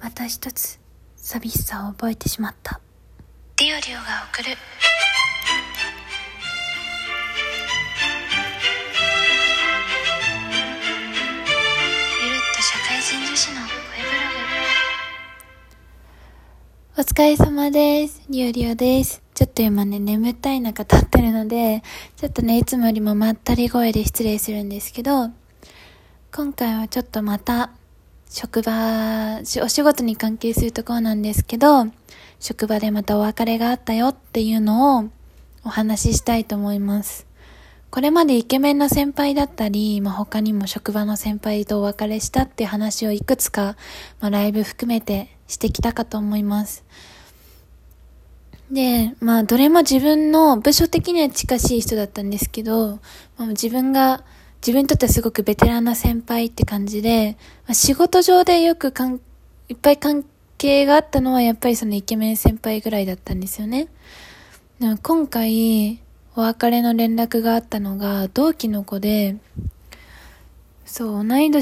また一つ寂しさを覚えてしまった。 ディオリオが送るゆるっと社会人女子の声ブロお疲れ様です。リオリオです。ちょっと今ね、眠たい中立ってるので、ちょっとね、いつもよりもまったり声で失礼するんですけど、今回はちょっとまた、お仕事に関係するところなんですけど、職場でまたお別れがあったよっていうのをお話ししたいと思います。これまでイケメンの先輩だったり、他にも職場の先輩とお別れしたって話をいくつか、ライブ含めてしてきたかと思います。で、どれも自分の部署的には近しい人だったんですけど、自分にとってはすごくベテランな先輩って感じで、仕事上でよくいっぱい関係があったのはやっぱりそのイケメン先輩ぐらいだったんですよね。でも今回お別れの連絡があったのが同期の子で、そう、同じ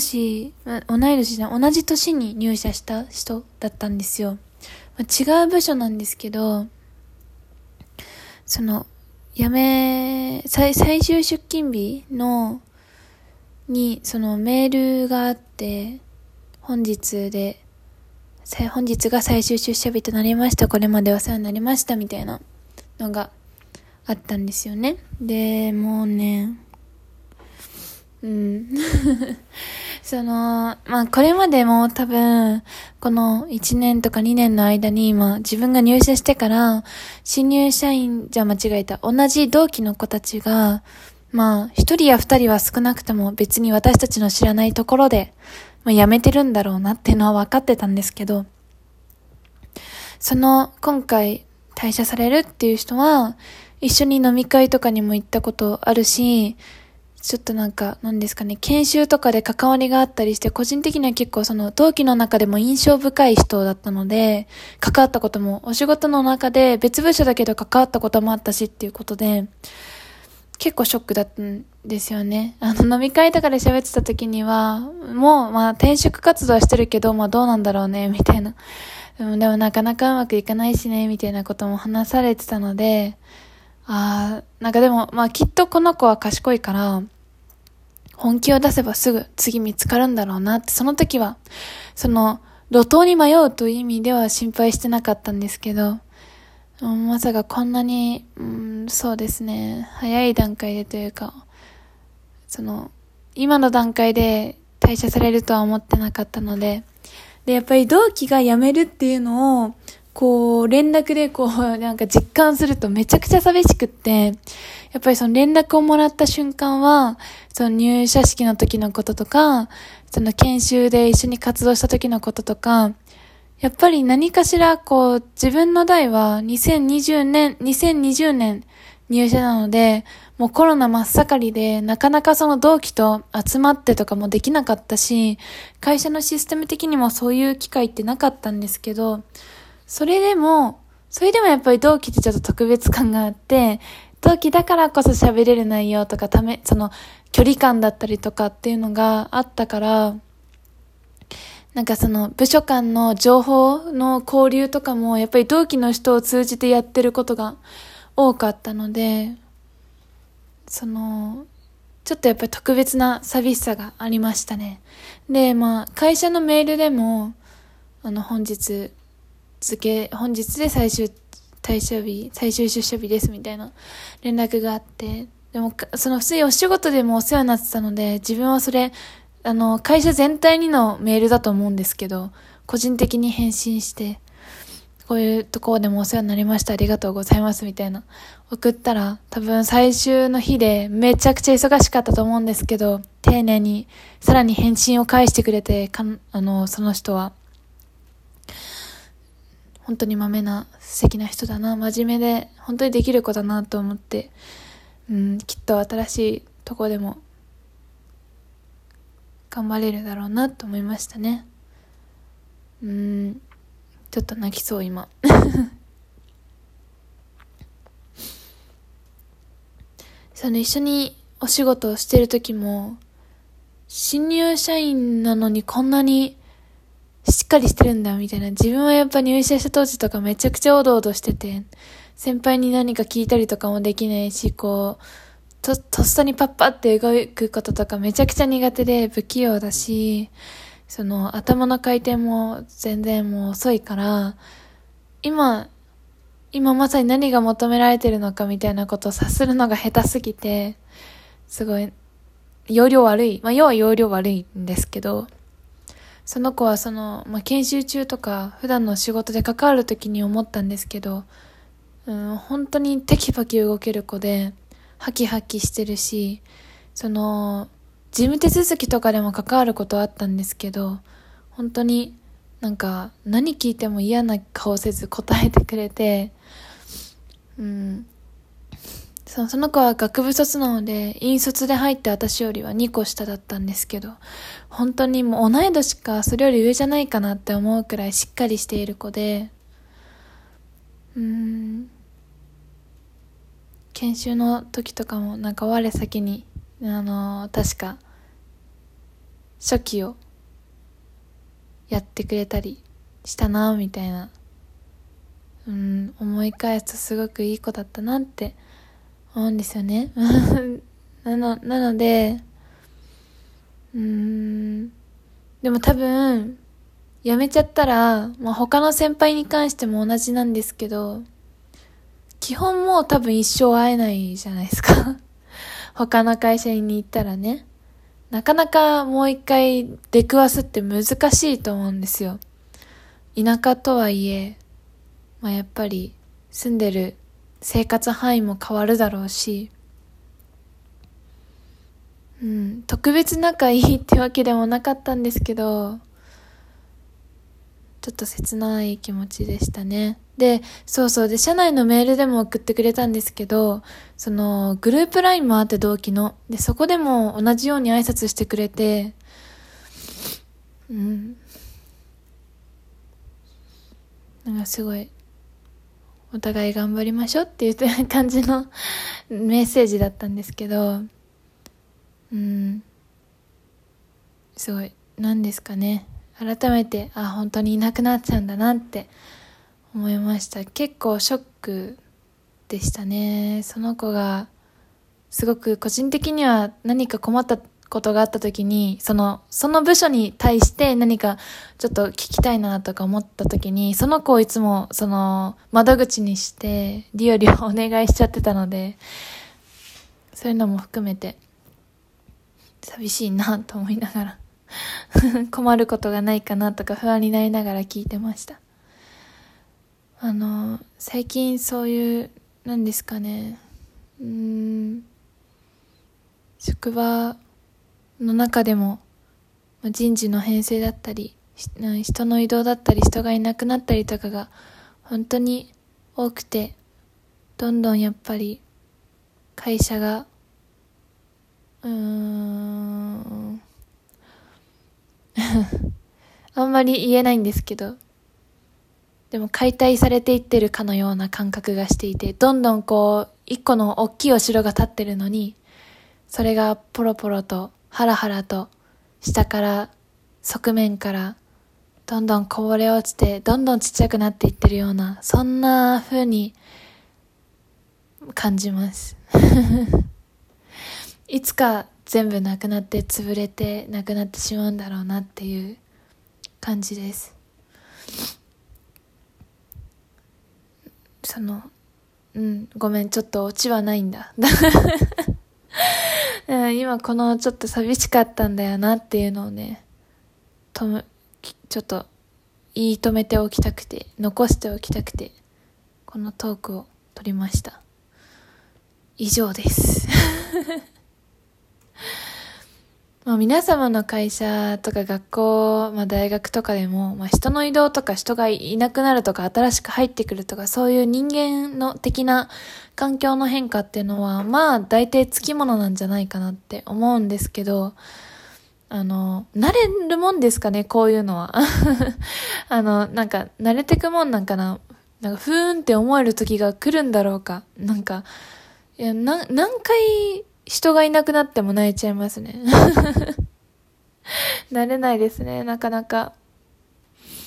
年に入社した人だったんですよ。違う部署なんですけど、最終出勤日にそのメールがあって、本日が最終出社日となりました。これまでお世話になりましたみたいなのがあったんですよね。で、もうね、これまでも多分、この1年とか2年の間に、自分が入社してから、同じ同期の子たちが、一人や二人は少なくとも別に私たちの知らないところで、辞めてるんだろうなっていうのは分かってたんですけど、今回退社されるっていう人は、一緒に飲み会とかにも行ったことあるし、ちょっと研修とかで関わりがあったりして、個人的には結構同期の中でも印象深い人だったので、関わったことも、お仕事の中で別部署だけど関わったこともあったしっていうことで、結構ショックだったんですよね。飲み会とかで喋ってた時には、もう転職活動はしてるけど、どうなんだろうね、みたいな。でもなかなかうまくいかないしね、みたいなことも話されてたので、でも、きっとこの子は賢いから、本気を出せばすぐ次見つかるんだろうなって、その時は、路頭に迷うという意味では心配してなかったんですけど、まさかこんなに、そうですね、早い段階でというか、今の段階で退社されるとは思ってなかったので、やっぱり同期が辞めるっていうのを、連絡で実感するとめちゃくちゃ寂しくって、やっぱり連絡をもらった瞬間は、入社式の時のこととか、研修で一緒に活動した時のこととか、やっぱり何かしら自分の代は2020年入社なので、もうコロナ真っ盛りで、なかなか同期と集まってとかもできなかったし、会社のシステム的にもそういう機会ってなかったんですけど、それでもやっぱり同期ってちょっと特別感があって、同期だからこそ喋れる内容とか距離感だったりとかっていうのがあったから、部署間の情報の交流とかもやっぱり同期の人を通じてやってることが多かったので、ちょっとやっぱり特別な寂しさがありましたね。で、会社のメールでも、本日で最終出社日ですみたいな連絡があって、でも、普通にお仕事でもお世話になってたので、自分はそれ、会社全体にのメールだと思うんですけど、個人的に返信して、こういうところでもお世話になりました、ありがとうございますみたいな送ったら、多分最終の日でめちゃくちゃ忙しかったと思うんですけど、丁寧にさらに返信を返してくれて、その人は本当にまめな素敵な人だな、真面目で本当にできる子だなと思って、きっと新しいとこでも頑張れるだろうなと思いましたね。ちょっと泣きそう今一緒にお仕事をしてる時も、新入社員なのにこんなにしっかりしてるんだみたいな。自分はやっぱ入社した当時とかめちゃくちゃおどおどしてて、先輩に何か聞いたりとかもできないし、とっさにパッパって動くこととかめちゃくちゃ苦手で不器用だし、頭の回転も全然もう遅いから、今まさに何が求められてるのかみたいなことを察するのが下手すぎて、すごい、要領悪い。要は要領悪いんですけど、その子は研修中とか普段の仕事で関わるときに思ったんですけど、本当にテキパキ動ける子で、ハキハキしてるし、事務手続きとかでも関わることはあったんですけど、本当に何聞いても嫌な顔せず答えてくれて、その子は学部卒なので、院卒で入って私よりは2個下だったんですけど、本当にもう同い年かそれより上じゃないかなって思うくらいしっかりしている子で、研修の時とかも我先に、確か、初期をやってくれたりしたな、みたいな。思い返すとすごくいい子だったなって思うんですよね。なので、でも多分、辞めちゃったら、他の先輩に関しても同じなんですけど、基本もう多分一生会えないじゃないですか。他の会社に行ったらね。なかなかもう一回出くわすって難しいと思うんですよ。田舎とはいえ、やっぱり住んでる生活範囲も変わるだろうし、特別仲いいってわけでもなかったんですけど、ちょっと切ない気持ちでしたね。で、で、社内のメールでも送ってくれたんですけど、グループラインもあって同期の。で、そこでも同じように挨拶してくれて、すごい、お互い頑張りましょうっていう感じのメッセージだったんですけど、すごい、何ですかね。改めて、本当にいなくなっちゃうんだなって思いました。結構ショックでしたね。その子が、すごく個人的には何か困ったことがあった時に、その部署に対して何かちょっと聞きたいなとか思った時に、その子をいつも窓口にしてリオをお願いしちゃってたので、そういうのも含めて寂しいなと思いながら困ることがないかなとか不安になりながら聞いてました。最近そういう何ですかね、職場の中でも人事の編成だったり人の移動だったり人がいなくなったりとかが本当に多くて、どんどんやっぱり会社があんまり言えないんですけど、でも解体されていってるかのような感覚がしていて、どんどん一個の大きいお城が建ってるのに、それがポロポロとハラハラと下から側面からどんどんこぼれ落ちてどんどんちっちゃくなっていってるような、そんな風に感じますいつか全部なくなって潰れてなくなってしまうんだろうなっていう感じです。ごめん、ちょっとオチはないんだ今このちょっと寂しかったんだよなっていうのをね、ちょっと言い止めておきたくて、残しておきたくて、このトークを取りました。以上です皆様の会社とか学校、大学とかでも、人の移動とか人がいなくなるとか新しく入ってくるとか、そういう人間の的な環境の変化っていうのは、大体つきものなんじゃないかなって思うんですけど、慣れるもんですかね、こういうのは。慣れてくもんなんかな。ふーんって思える時が来るんだろうか。何回、人がいなくなっても泣いちゃいますね慣れないですね、なかなか。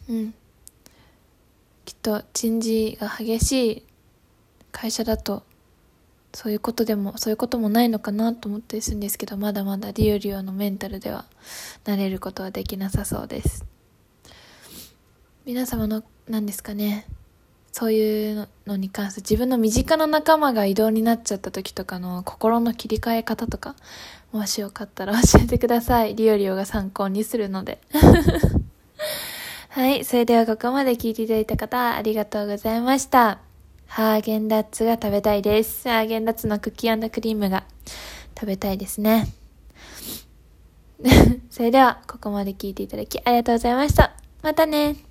きっと人事が激しい会社だとそういうこともないのかなと思ったりするんですけど、まだまだリオのメンタルでは慣れることはできなさそうです。皆様の何ですかね、そういうのに関して自分の身近な仲間が異動になっちゃった時とかの心の切り替え方とか、もしよかったら教えてください。リオが参考にするのではい、それではここまで聞いていただいた方ありがとうございました。ハーゲンダッツが食べたいです。ハーゲンダッツのクッキー&クリームが食べたいですねそれではここまで聞いていただきありがとうございました。またね。